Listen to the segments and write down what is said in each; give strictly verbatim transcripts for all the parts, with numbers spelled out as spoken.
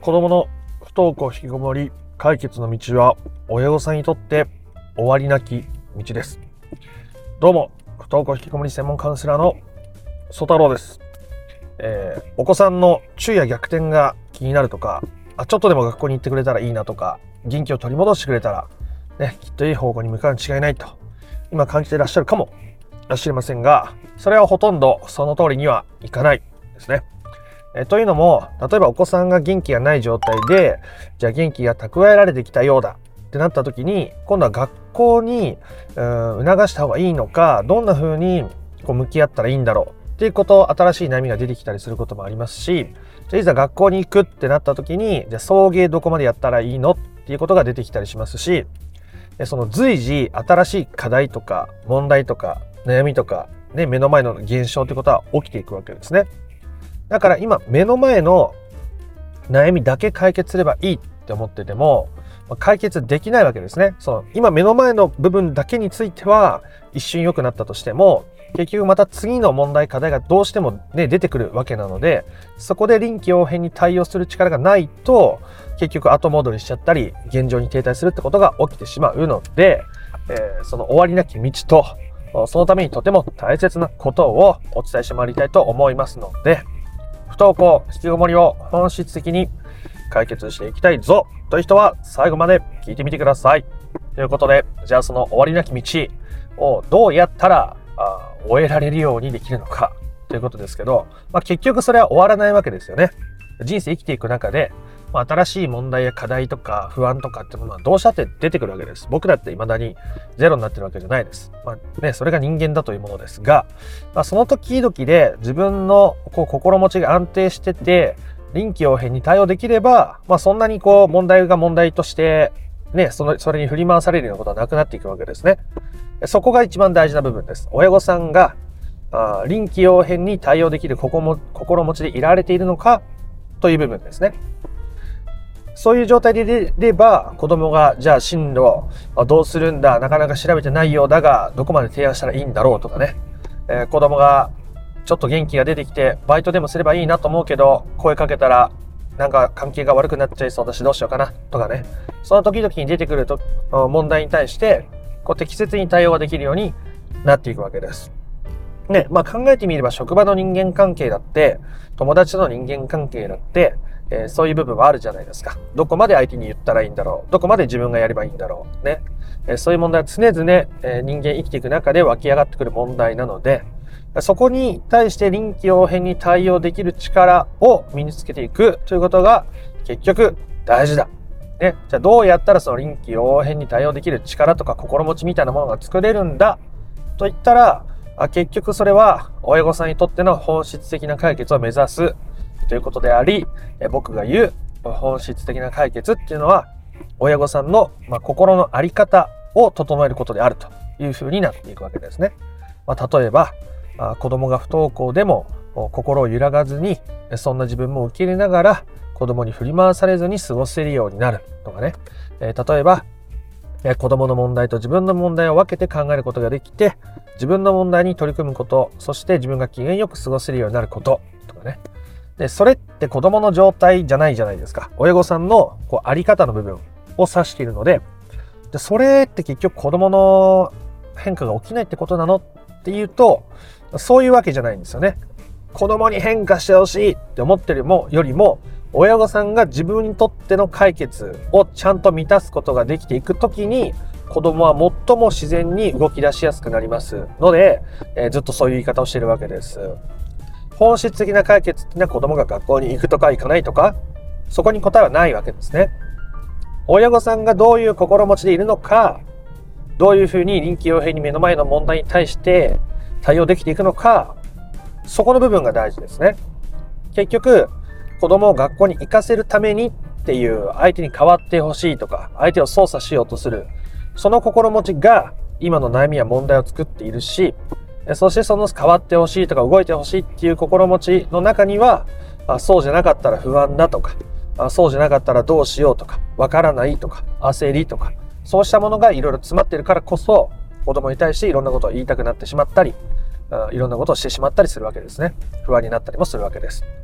子供の不登校引きこもり解決の道は親御さんにとって終わりなき道です。どうも、不登校引きこもり専門カウンセラーの曽太郎です。えー、お子さんの昼夜逆転が気になるとか、あちょっとでも学校に行ってくれたらいいなとか、元気を取り戻してくれたら、ね、きっといい方向に向かうに違いないと今感じていらっしゃるかもしれませんが、それはほとんどその通りにはいかないですね。えというのも、例えばお子さんが元気がない状態で、じゃあ元気が蓄えられてきたようだってなった時に、今度は学校にうん促した方がいいのか、どんな風にこう向き合ったらいいんだろうっていうこと、新しい悩みが出てきたりすることもありますし、じゃあいざ学校に行くってなった時に、じゃあ送迎どこまでやったらいいのっていうことが出てきたりしますし、その随時新しい課題とか問題とか悩みとか、ね、目の前の現象ということは起きていくわけですね。だから今目の前の悩みだけ解決すればいいって思ってても解決できないわけですね。その今目の前の部分だけについては一瞬良くなったとしても、結局また次の問題課題がどうしても、ね、出てくるわけなので、そこで臨機応変に対応する力がないと結局後戻りしちゃったり現状に停滞するってことが起きてしまうので、えー、その終わりなき道とそのためにとても大切なことをお伝えしてまいりたいと思いますので、不登校引きこもりを本質的に解決していきたいぞという人は最後まで聞いてみてください。ということで、じゃあその終わりなき道をどうやったらあ終えられるようにできるのかということですけど、まあ、結局それは終わらないわけですよね。人生生きていく中で、まあ、新しい問題や課題とか不安とかってものはどうしたって出てくるわけです。僕だって未だにゼロになってるわけじゃないです。まあね、それが人間だというものですが、まあ、その時々で自分のこう心持ちが安定してて臨機応変に対応できれば、まあ、そんなにこう問題が問題としてね、そのそれに振り回されるようなことはなくなっていくわけですね。そこが一番大事な部分です。親御さんがあ臨機応変に対応できる心も心持ちでいられているのかという部分ですね。そういう状態でいれば、子供がじゃあ進路どうするんだ、なかなか調べてないようだがどこまで提案したらいいんだろうとかね、えー、子供がちょっと元気が出てきてバイトでもすればいいなと思うけど声かけたらなんか関係が悪くなっちゃいそうだしどうしようかなとかね、その時々に出てくると問題に対してこう適切に対応ができるようになっていくわけです。ね、まあ考えてみれば職場の人間関係だって友達との人間関係だって、えー、そういう部分はあるじゃないですか。どこまで相手に言ったらいいんだろう、どこまで自分がやればいいんだろうね、えー、そういう問題は常々、えー、人間生きていく中で湧き上がってくる問題なので、そこに対して臨機応変に対応できる力を身につけていくということが結局大事だ。ね、じゃあどうやったらその臨機応変に対応できる力とか心持ちみたいなものが作れるんだと言ったら、あ結局それは親御さんにとっての本質的な解決を目指すということであり、僕が言う本質的な解決っていうのは親御さんの、まあ、心の在り方を整えることであるというふうになっていくわけですね。まあ、例えば子供が不登校でも心を揺らがずにそんな自分も受け入れながら子供に振り回されずに過ごせるようになるとかね、えー、例えば子供の問題と自分の問題を分けて考えることができて自分の問題に取り組むこと、そして自分が機嫌よく過ごせるようになることとかね。でそれって子供の状態じゃないじゃないですか。親御さんのこうあり方の部分を指しているので、でそれって結局子供の変化が起きないってことなのっていうと、そういうわけじゃないんですよね。子供に変化してほしいって思ってるもよりも、親御さんが自分にとっての解決をちゃんと満たすことができていくときに、子供は最も自然に動き出しやすくなりますので、えー、ずっとそういう言い方をしているわけです。本質的な解決っていうのは子供が学校に行くとか行かないとか、そこに答えはないわけですね。親御さんがどういう心持ちでいるのか、どういうふうに臨機応変に目の前の問題に対して対応できていくのか、そこの部分が大事ですね。結局子供を学校に行かせるためにっていう相手に変わってほしいとか相手を操作しようとするその心持ちが今の悩みや問題を作っているし、そしてその変わってほしいとか動いてほしいっていう心持ちの中には、あそうじゃなかったら不安だとか、あそうじゃなかったらどうしようとか、わからないとか、焦りとか、そうしたものがいろいろ詰まっているからこそ子供に対していろんなことを言いたくなってしまったり、いろんなことをしてしまったりするわけですね。不安になったりもするわけです。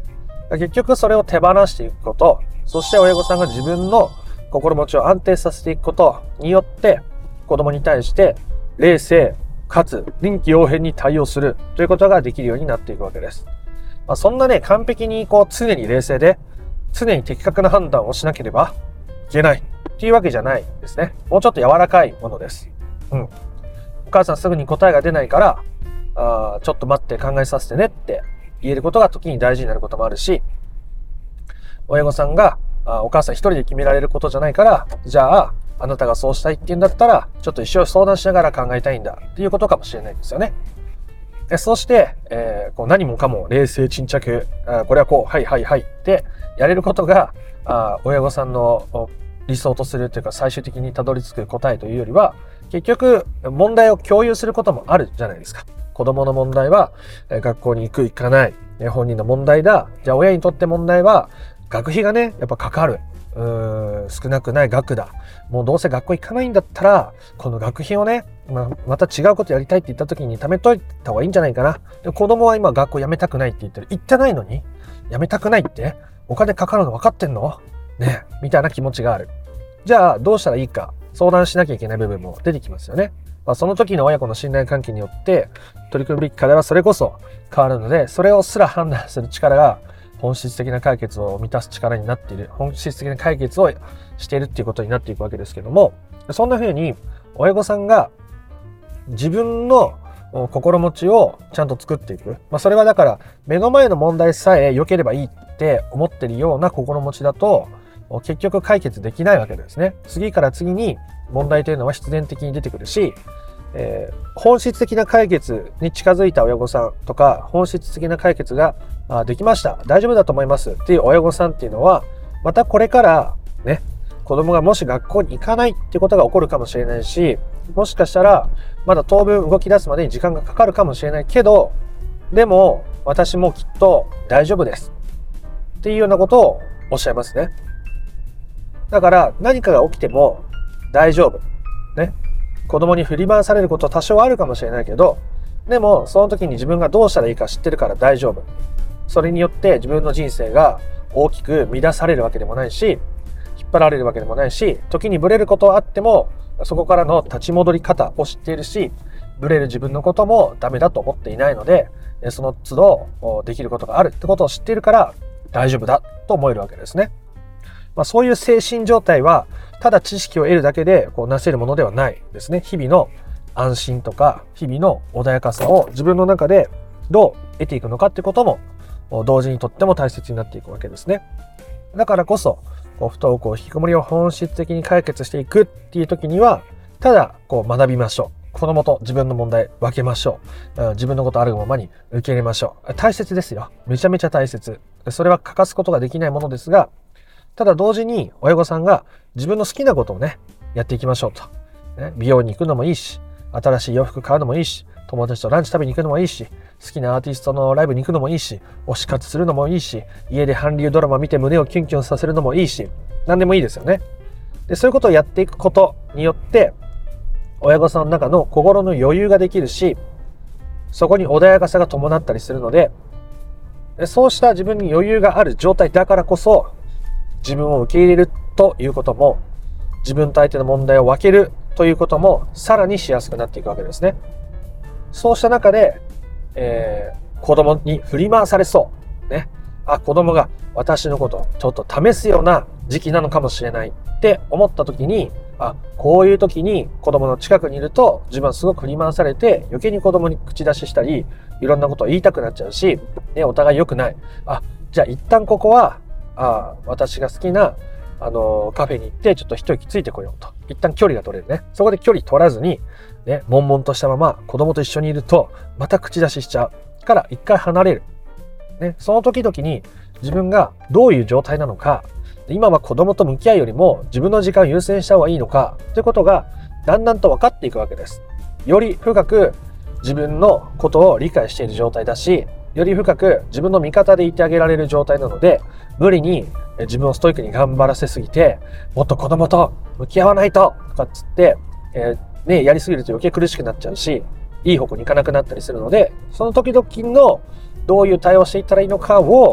結局それを手放していくこと、そして親御さんが自分の心持ちを安定させていくことによって、子供に対して冷静かつ臨機応変に対応するということができるようになっていくわけです。まあ、そんなね、完璧にこう常に冷静で常に的確な判断をしなければいけないっていうわけじゃないですね。もうちょっと柔らかいものです。うん。お母さんすぐに答えが出ないから、あちょっと待って考えさせてねって言えることが時に大事になることもあるし、親御さんがあお母さん一人で決められることじゃないから、じゃああなたがそうしたいって言うんだったらちょっと一緒に相談しながら考えたいんだっていうことかもしれないんですよね。でそして、えー、こう何もかも冷静沈着、あこれはこうはいはいはいってやれることがあ親御さんの理想とするというか最終的にたどり着く答えというよりは、結局問題を共有することもあるじゃないですか。子供の問題は学校に行く行かない、本人の問題だ。じゃあ親にとって問題は学費がねやっぱかかる、うーん少なくない額だ。もうどうせ学校行かないんだったらこの学費をね、まあ、また違うことやりたいって言った時に貯めといた方がいいんじゃないかな。で子供は今学校辞めたくないって言ってる。言ってないのに辞めたくないってお金かかるの分かってんのねみたいな気持ちがある。じゃあどうしたらいいか相談しなきゃいけない部分も出てきますよね。まあ、その時の親子の信頼関係によって取り組むべき課題はそれこそ変わるので、それをすら判断する力が本質的な解決を満たす力になっている、本質的な解決をしているっていうことになっていくわけですけども、そんな風に親御さんが自分の心持ちをちゃんと作っていく、まあ、それはだから目の前の問題さえ良ければいいって思ってるような心持ちだと結局解決できないわけですね。次から次に問題というのは必然的に出てくるし、えー、本質的な解決に近づいた親御さんとか、本質的な解決ができました、大丈夫だと思いますっていう親御さんっていうのは、またこれからね、子供がもし学校に行かないっていうことが起こるかもしれないし、もしかしたらまだ当分動き出すまでに時間がかかるかもしれないけど、でも私もきっと大丈夫ですっていうようなことをおっしゃいますね。だから何かが起きても大丈夫ね。子供に振り回されること多少あるかもしれないけど、でもその時に自分がどうしたらいいか知ってるから大丈夫。それによって自分の人生が大きく乱されるわけでもないし、引っ張られるわけでもないし、時にブレることはあってもそこからの立ち戻り方を知っているし、ブレる自分のこともダメだと思っていないので、その都度できることがあるってことを知っているから大丈夫だと思えるわけですね。まあ、そういう精神状態はただ知識を得るだけでこうなせるものではないですね。日々の安心とか日々の穏やかさを自分の中でどう得ていくのかってことも同時にとっても大切になっていくわけですね。だからこそこう不登校引きこもりを本質的に解決していくっていう時には、ただこう学びましょう。子供と自分の問題分けましょう。自分のことあるままに受け入れましょう。大切ですよ。めちゃめちゃ大切。それは欠かすことができないものですが、ただ同時に親御さんが自分の好きなことをねやっていきましょうと、ね、美容に行くのもいいし、新しい洋服買うのもいいし、友達とランチ食べに行くのもいいし、好きなアーティストのライブに行くのもいいし、推し活するのもいいし、家で韓流ドラマ見て胸をキュンキュンさせるのもいいし、何でもいいですよね。でそういうことをやっていくことによって親御さんの中の心の余裕ができるし、そこに穏やかさが伴ったりするので、そうした自分に余裕がある状態だからこそ、自分を受け入れるということも、自分と相手の問題を分けるということもさらにしやすくなっていくわけですね。そうした中で、えー、子供に振り回されそうね、あ、子供が私のことをちょっと試すような時期なのかもしれないって思った時に、あ、こういう時に子供の近くにいると自分はすごく振り回されて余計に子供に口出ししたりいろんなことを言いたくなっちゃうし、ね、お互い良くない。あ、じゃあ一旦ここはあ私が好きな、あのー、カフェに行ってちょっと一息ついてこようと。一旦距離が取れるね。そこで距離取らずに、ね、悶々としたまま子供と一緒にいるとまた口出ししちゃうから一回離れる。ね、その時々に自分がどういう状態なのか、今は子供と向き合うよりも自分の時間を優先した方がいいのかということがだんだんと分かっていくわけです。より深く自分のことを理解している状態だし、より深く自分の味方でいてあげられる状態なので、無理に自分をストイックに頑張らせすぎて、もっと子供と向き合わないととかっつって、えー、ね、やりすぎると余計苦しくなっちゃうし、いい方向に行かなくなったりするので、その時々のどういう対応していったらいいのかを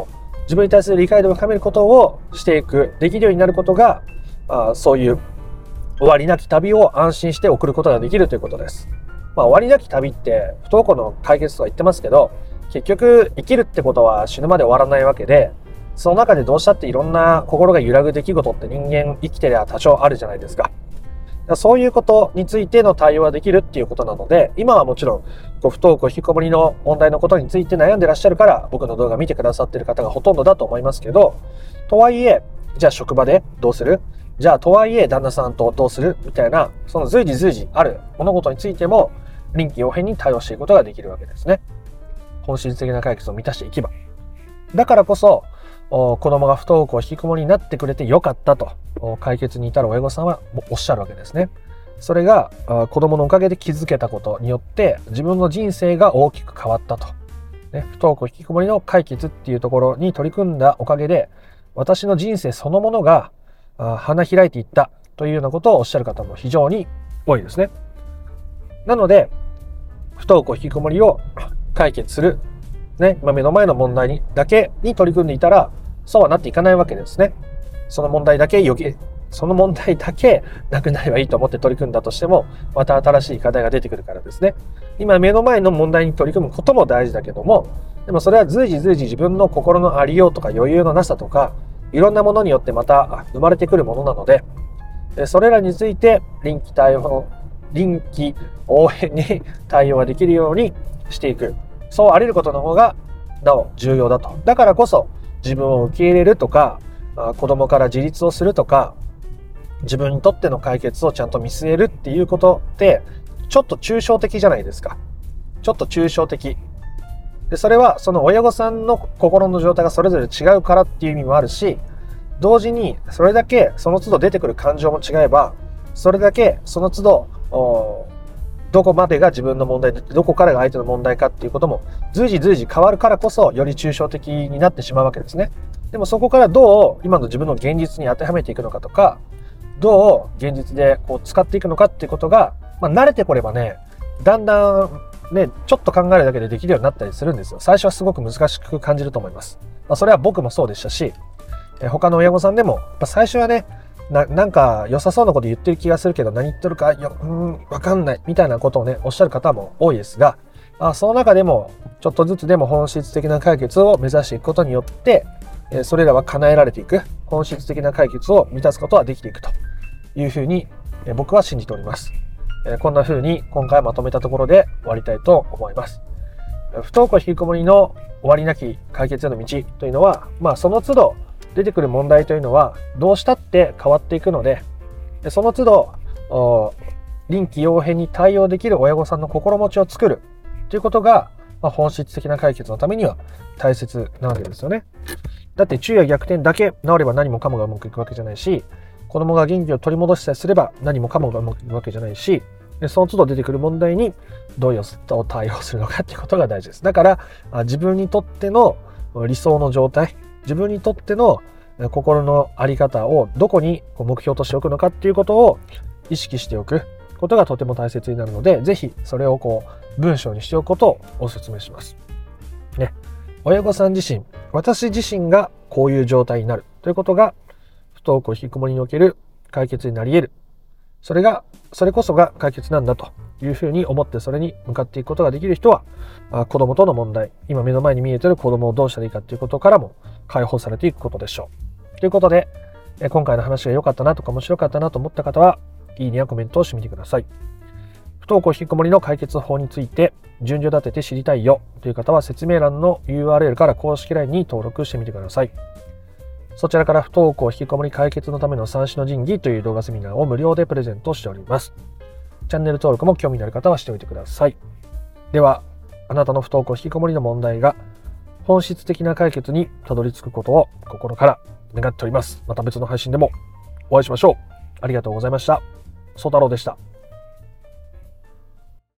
自分に対する理解度を深めることをしていく、できるようになることが、あそういう終わりなき旅を安心して送ることができるということです。まあ、終わりなき旅って不登校の解決とは言ってますけど、結局生きるってことは死ぬまで終わらないわけで、その中でどうしたっていろんな心が揺らぐ出来事って人間生きてりゃ多少あるじゃないですか。そういうことについての対応ができるっていうことなので、今はもちろんこう不登校引きこもりの問題のことについて悩んでらっしゃるから僕の動画見てくださってる方がほとんどだと思いますけど、とはいえじゃあ職場でどうする、じゃあとはいえ旦那さんとどうするみたいな、その随時随時ある物事についても臨機応変に対応していくことができるわけですね。本質的な解決を満たしていけば。だからこそ子供が不登校引きこもりになってくれてよかったと解決に至る親御さんはおっしゃるわけですね。それが子供のおかげで気づけたことによって自分の人生が大きく変わったと、ね、不登校引きこもりの解決っていうところに取り組んだおかげで私の人生そのものが花開いていったというようなことをおっしゃる方も非常に多いですね。なので不登校引きこもりを解決する、ね、目の前の問題にだけに取り組んでいたらそうはなっていかないわけですね。その問題だけよけその問題だけなくなればいいと思って取り組んだとしてもまた新しい課題が出てくるからですね。今目の前の問題に取り組むことも大事だけども、でもそれは随時随時自分の心のありようとか余裕のなさとかいろんなものによってまた生まれてくるものなので、それらについて臨機対応臨機応変に対応ができるようにしていく、そうありることの方がなお重要だと。だからこそ自分を受け入れるとか子供から自立をするとか自分にとっての解決をちゃんと見据えるっていうことってちょっと抽象的じゃないですか。ちょっと抽象的で、それはその親御さんの心の状態がそれぞれ違うからっていう意味もあるし、同時にそれだけその都度出てくる感情も違えばそれだけその都度どこまでが自分の問題でどこからが相手の問題かっていうことも随時随時変わるからこそより抽象的になってしまうわけですね。でもそこからどう今の自分の現実に当てはめていくのかとか、どう現実でこう使っていくのかっていうことが、まあ、慣れてこればね、だんだんねちょっと考えるだけでできるようになったりするんですよ。最初はすごく難しく感じると思います。まあ、それは僕もそうでしたし、え他の親御さんでも、まあ、最初はねな, なんか良さそうなこと言ってる気がするけど何言ってるかよ、うん、分かんないみたいなことをねおっしゃる方も多いですが、あその中でもちょっとずつでも本質的な解決を目指していくことによってそれらは叶えられていく、本質的な解決を満たすことはできていくというふうに僕は信じております。こんなふうに今回まとめたところで終わりたいと思います。不登校引きこもりの終わりなき解決への道というのは、まあ、その都度出てくる問題というのはどうしたって変わっていくので、その都度臨機応変に対応できる親御さんの心持ちを作るということが、まあ、本質的な解決のためには大切なわけですよね。だって昼夜逆転だけ治れば何もかもがうまくいくわけじゃないし、子供が元気を取り戻しさえすれば何もかもがうまくいくわけじゃないし、その都度出てくる問題にどういう対応するのかっていうことが大事です。だから自分にとっての理想の状態、自分にとっての心の在り方をどこに目標としておくのかっていうことを意識しておくことがとても大切になるので、ぜひそれをこう文章にしておくことをお勧めします。ね、親御さん自身、私自身がこういう状態になるということが不登校引きこもりにおける解決になり得る。それが、それこそが解決なんだというふうに思ってそれに向かっていくことができる人は、子供との問題、今目の前に見えている子供をどうしたらいいかということからも解放されていくことでしょう。ということで、今回の話が良かったなとか面白かったなと思った方は、いいねやコメントをしてみてください。不登校引きこもりの解決法について順序立てて知りたいよという方は説明欄の ユーアールエル から公式 ライン に登録してみてください。そちらから不登校引きこもり解決のための三種の神器という動画セミナーを無料でプレゼントしております。チャンネル登録も興味のある方はしておいてください。では、あなたの不登校引きこもりの問題が本質的な解決にたどり着くことを心から願っております。また別の配信でもお会いしましょう。ありがとうございました。ソウタロウでした。